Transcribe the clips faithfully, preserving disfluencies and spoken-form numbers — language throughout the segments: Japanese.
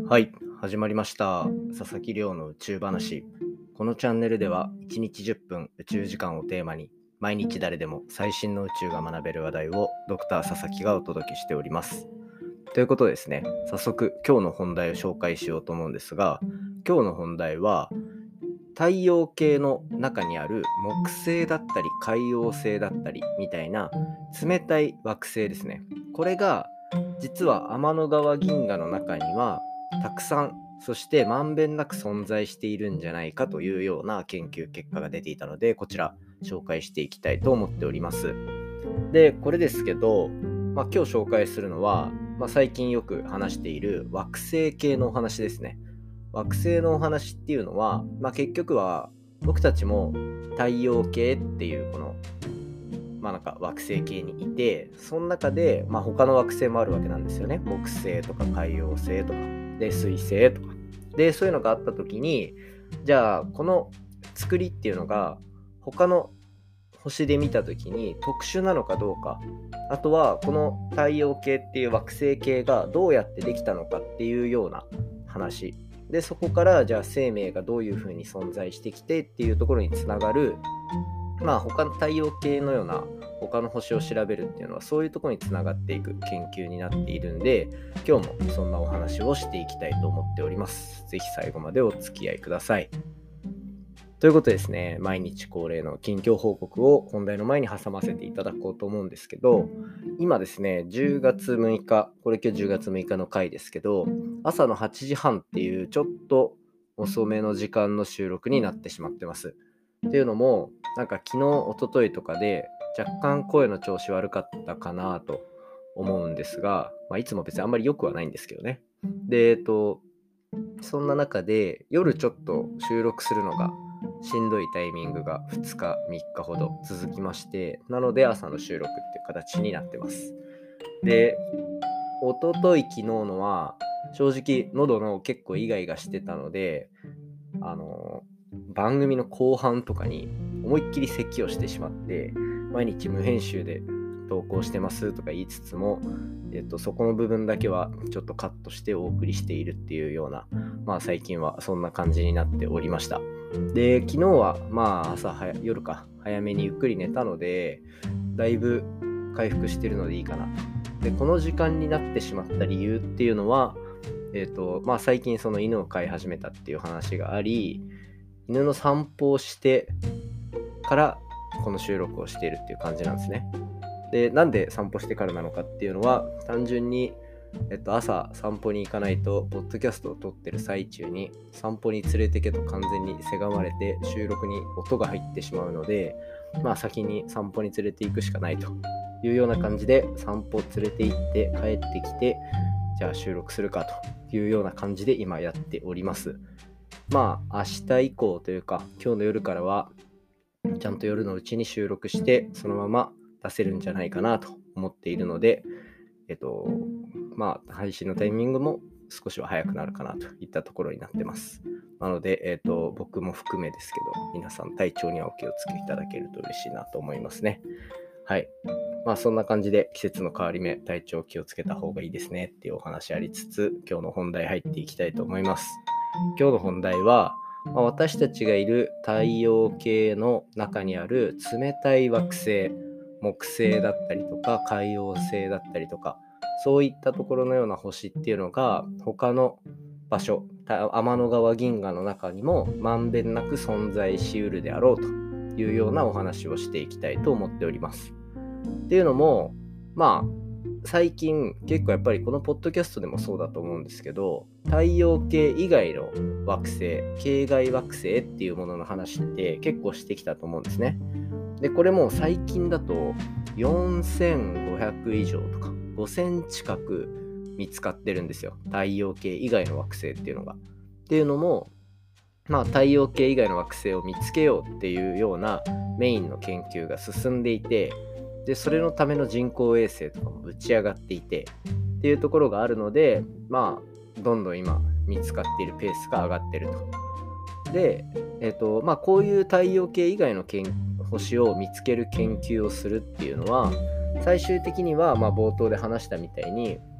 はい、始まりました。佐々木亮の宇宙話。このチャンネルではいちにちじゅっぷん宇宙時間をテーマに、毎日誰でも最新の宇宙が学べる話題をドクター佐々木がお届けしております。ということでですね、早速今日の本題を紹介しようと思うんですが、今日の本題は太陽系の中にある木星だったり海王星だったりみたいな冷たい惑星ですね。これが実は天の川銀河の中にはたくさん、そしてまんべんなく存在しているんじゃないかというような研究結果が出ていたので、こちら紹介していきたいと思っております。で、これですけど、まあ、今日紹介するのは、まあ、最近よく話している惑星系のお話ですね。惑星のお話っていうのは、まあ、結局は僕たちも太陽系っていうこの、まあ、なんか惑星系にいて、その中で、まあ、他の惑星もあるわけなんですよね。木星とか海王星とかで水星とかで、そういうのがあった時に、じゃあこの作りっていうのが他の星で見た時に特殊なのかどうか、あとはこの太陽系っていう惑星系がどうやってできたのかっていうような話で、そこからじゃあ生命がどういうふうに存在してきてっていうところにつながる、まあ他の太陽系のような他の星を調べるっていうのはそういうところにつながっていく研究になっているんで、今日もそんなお話をしていきたいと思っております。ぜひ最後までお付き合いください。ということでですね、毎日恒例の近況報告を本題の前に挟ませていただこうと思うんですけど、今ですね、じゅうがつむいか、これ今日じゅうがつむいかの回ですけど、朝のはちじはんっていうちょっと遅めの時間の収録になってしまってます。っていうのも、なんか昨日、一昨日とかで若干声の調子悪かったかなと思うんですが、まあ、いつも別にあんまり良くはないんですけどね。で、えっと、そんな中で夜ちょっと収録するのがしんどいタイミングがふつかみっかほど続きまして、なので朝の収録っていう形になってます。で、一昨日昨日のは正直喉の結構イガイガしてたので、あの番組の後半とかに思いっきり咳をしてしまって、毎日無編集で投稿してますとか言いつつも、えっと、そこの部分だけはちょっとカットしてお送りしているっていうような、まあ最近はそんな感じになっておりました。で、昨日はまあ朝早夜か早めにゆっくり寝たので、だいぶ回復してるのでいいかなと。で、この時間になってしまった理由っていうのは、えっと、まあ最近その犬を飼い始めたっていう話があり、犬の散歩をしてからこの収録をしているっていう感じなんですね。で、なんで散歩してからなのかっていうのは、単純に、えっと、朝散歩に行かないと、ポッドキャストを撮ってる最中に、散歩に連れてけと完全にせがまれて、収録に音が入ってしまうので、まあ先に散歩に連れて行くしかないというような感じで、散歩連れて行って帰ってきて、じゃあ収録するかというような感じで今やっております。まあ明日以降というか、今日の夜からは、ちゃんと夜のうちに収録して、そのまま出せるんじゃないかなと思っているので、えっと、まあ、配信のタイミングも少しは早くなるかなといったところになってます。なので、えっと、僕も含めですけど、皆さん体調にはお気をつけいただけると嬉しいなと思いますね。はい。まあ、そんな感じで季節の変わり目、体調気をつけた方がいいですねっていうお話ありつつ、今日の本題入っていきたいと思います。今日の本題は、まあ、私たちがいる太陽系の中にある冷たい惑星、木星だったりとか海王星だったりとか、そういったところのような星っていうのが他の場所、天の川銀河の中にもまんべんなく存在しうるであろうというようなお話をしていきたいと思っております。っていうのも、まあ最近結構やっぱりこのポッドキャストでもそうだと思うんですけど、太陽系以外の惑星、系外惑星っていうものの話って結構してきたと思うんですね。で、これも最近だとよんせんごひゃく以上とかごせん近く見つかってるんですよ。太陽系以外の惑星っていうのが。っていうのも、まあ太陽系以外の惑星を見つけようっていうようなメインの研究が進んでいて、でそれのための人工衛星とかも打ち上がっていてっていうところがあるので、まあどんどん今見つかっているペースが上がってると。で、えっとまあこういう太陽系以外の研星を見つける研究をするっていうのは、最終的にはまあ冒頭で話したみたいに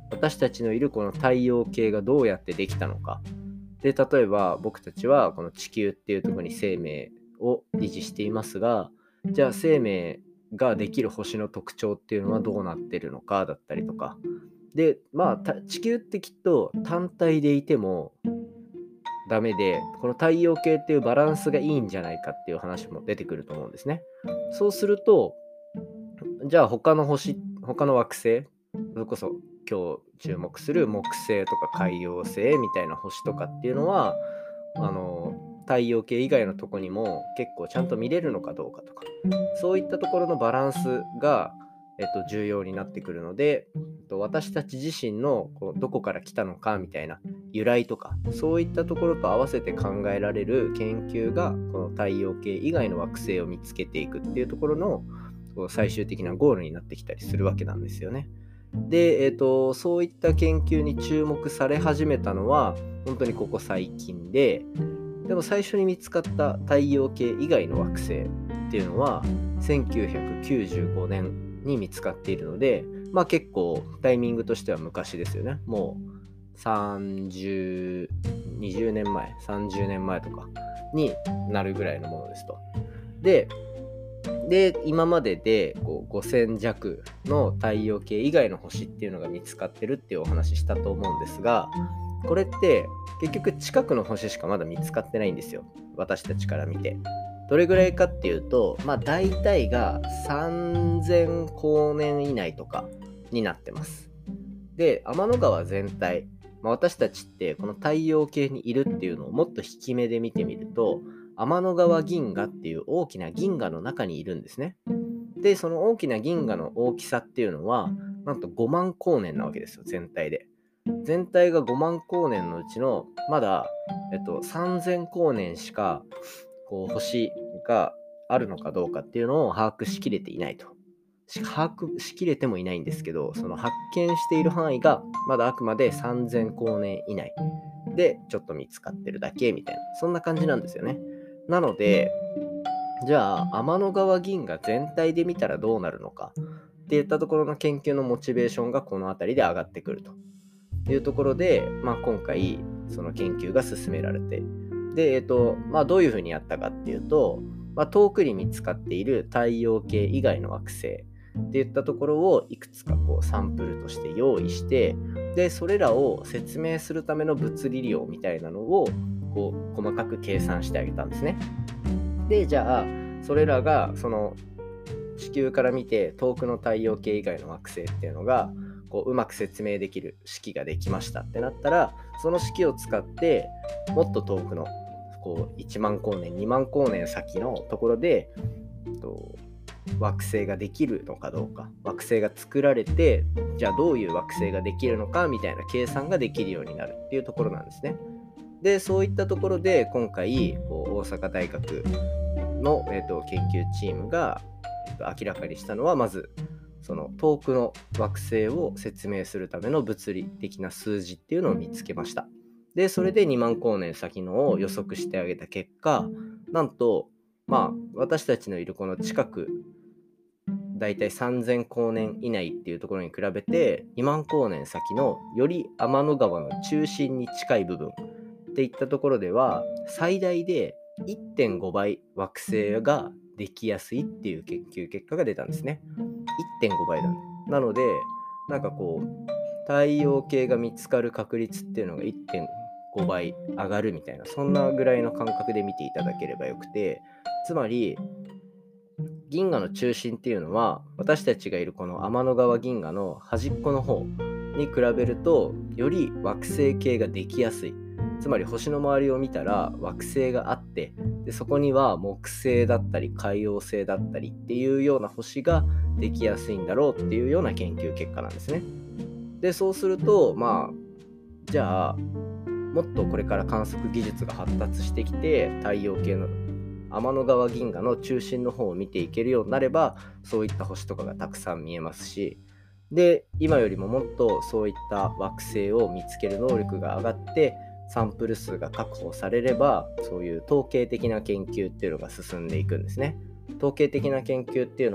私たちのいるこの太陽系がどうやってできたのか。で、例えば僕たちはこの地球っていうところに生命を維持していますが、じゃあ生命ができる星の特徴っていうのはどうなってるのかだったりとか。で、まあ地球ってきっと単体でいてもダメで、この太陽系っていうバランスがいいんじゃないかっていう話も出てくると思うんですね。そうすると、じゃあ他の星、他の惑星、それこそ今日注目する木星とか海王星みたいな星とかっていうのは、あの太陽系以外のとこにも結構ちゃんと見れるのかどうかとか、そういったところのバランスが、えっと、重要になってくるので、えっと、私たち自身のこうどこから来たのかみたいな由来とか、そういったところと合わせて考えられる研究がこの太陽系以外の惑星を見つけていくっていうところの最終的なゴールになってきたりするわけなんですよね。で、えーと、そういった研究に注目され始めたのは本当にここ最近で、でも最初に見つかった太陽系以外の惑星っていうのはせんきゅうひゃくきゅうじゅうごねんに見つかっているので、まあ結構タイミングとしては昔ですよね。もうさんじゅう、にじゅうねんまえ、さんじゅうねんまえとかになるぐらいのものですと。で、で今まででこうごせん弱の太陽系以外の星っていうのが見つかってるっていうお話したと思うんですが、これって結局近くの星しかまだ見つかってないんですよ、私たちから見て。どれぐらいかっていうと、まあ大体がさんぜんこうねん以内とかになってます。で、天の川全体、まあ、私たちってこの太陽系にいるっていうのをもっと引き目で見てみると、天の川銀河っていう大きな銀河の中にいるんですね。で、その大きな銀河の大きさっていうのはなんとごまんこうねんなわけですよ、全体で。全体がごまんこうねんのうちのまだ、えっと、さんぜんこうねんしかこう星があるのかどうかっていうのを把握しきれていないと。把握しきれてもいないんですけど、その発見している範囲がまだあくまでさんぜんこうねん以内でちょっと見つかってるだけみたいな、そんな感じなんですよね。なので、じゃあ天の川銀河全体で見たらどうなるのかっていったところの研究のモチベーションがこの辺りで上がってくるというところで、まあ、今回その研究が進められて、で、えっとまあ、どういうふうにやったかっていうと、まあ、遠くに見つかっている太陽系以外の惑星っていったところをいくつかこうサンプルとして用意して、でそれらを説明するための物理量みたいなのをこう細かく計算してあげたんですね。で、じゃあそれらがその地球から見て遠くの太陽系以外の惑星っていうのがこううまく説明できる式ができましたってなったら、その式を使ってもっと遠くのこういちまんこうねんにまんこうねん先のところでと惑星ができるのかどうか、惑星が作られて、じゃあどういう惑星ができるのかみたいな計算ができるようになるっていうところなんですね。で、そういったところで今回こう大阪大学の、えーと、研究チームが、えーと、明らかにしたのは、まずその遠くの惑星を説明するための物理的な数字っていうのを見つけました。で、それでにまんこうねん先のを予測してあげた結果、なんとまあ私たちのいるこの近くだいたいさんぜんこうねん以内っていうところに比べてにまんこうねん先のより天の川の中心に近い部分っていったところでは最大で いってんごばい惑星ができやすいっていう研究結果が出たんですね。いってんごばいだね。なのでなんかこう太陽系が見つかる確率っていうのが いってんごばい上がるみたいな、そんなぐらいの感覚で見ていただければよくて、つまり銀河の中心っていうのは私たちがいるこの天の川銀河の端っこの方に比べるとより惑星系ができやすい。つまり星の周りを見たら惑星があって、でそこには木星だったり海王星だったりっていうような星ができやすいんだろうっていうような研究結果なんですね。でそうするとまあじゃあもっとこれから観測技術が発達してきて太陽系の天の川銀河の中心の方を見ていけるようになれば、そういった星とかがたくさん見えますし、で今よりももっとそういった惑星を見つける能力が上がってサンプル数が確保されれば、そういう統計的な研究っていうのが進んでいくんですね。統計的な研究っていうのは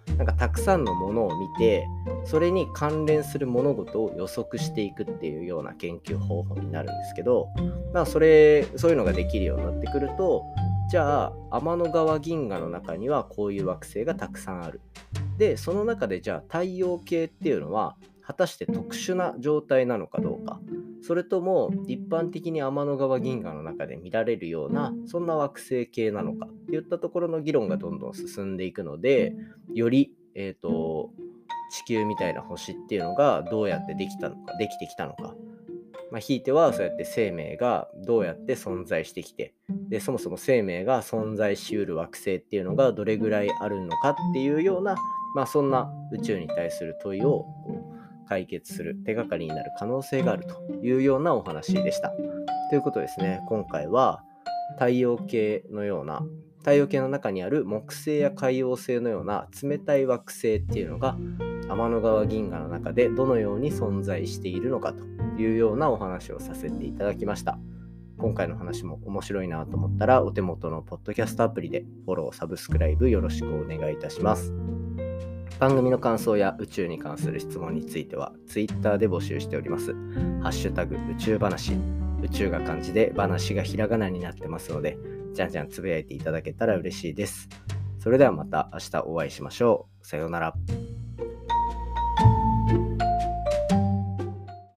なんかたくさんのものを見て、それに関連する物事を予測していくっていうような研究方法になるんですけど、まあそれそういうのができるようになってくると、じゃあ天の川銀河の中にはこういう惑星がたくさんある。でその中でじゃあ太陽系っていうのは果たして特殊な状態なのかどうか、それとも一般的に天の川銀河の中で見られるようなそんな惑星系なのかっていったところの議論がどんどん進んでいくので、より、えーと、地球みたいな星っていうのがどうやってできたのかできてきたのか、まあ、ひいてはそうやって生命がどうやって存在してきて、でそもそも生命が存在しうる惑星っていうのがどれぐらいあるのかっていうような、まあ、そんな宇宙に対する問いをこう解決する手がかりになる可能性があるというようなお話でした。ということですね、今回は太陽系のような太陽系の中にある木星や海王星のような冷たい惑星っていうのが天の川銀河の中でどのように存在しているのかというようなお話をさせていただきました。今回の話も面白いなと思ったら、お手元のポッドキャストアプリでフォロー、サブスクライブよろしくお願いいたします。番組の感想や宇宙に関する質問については Twitter で募集しております。ハッシュタグ宇宙話、宇宙が漢字で話がひらがなになってますので、じゃんじゃんつぶやいていただけたら嬉しいです。それではまた明日お会いしましょう。さようなら。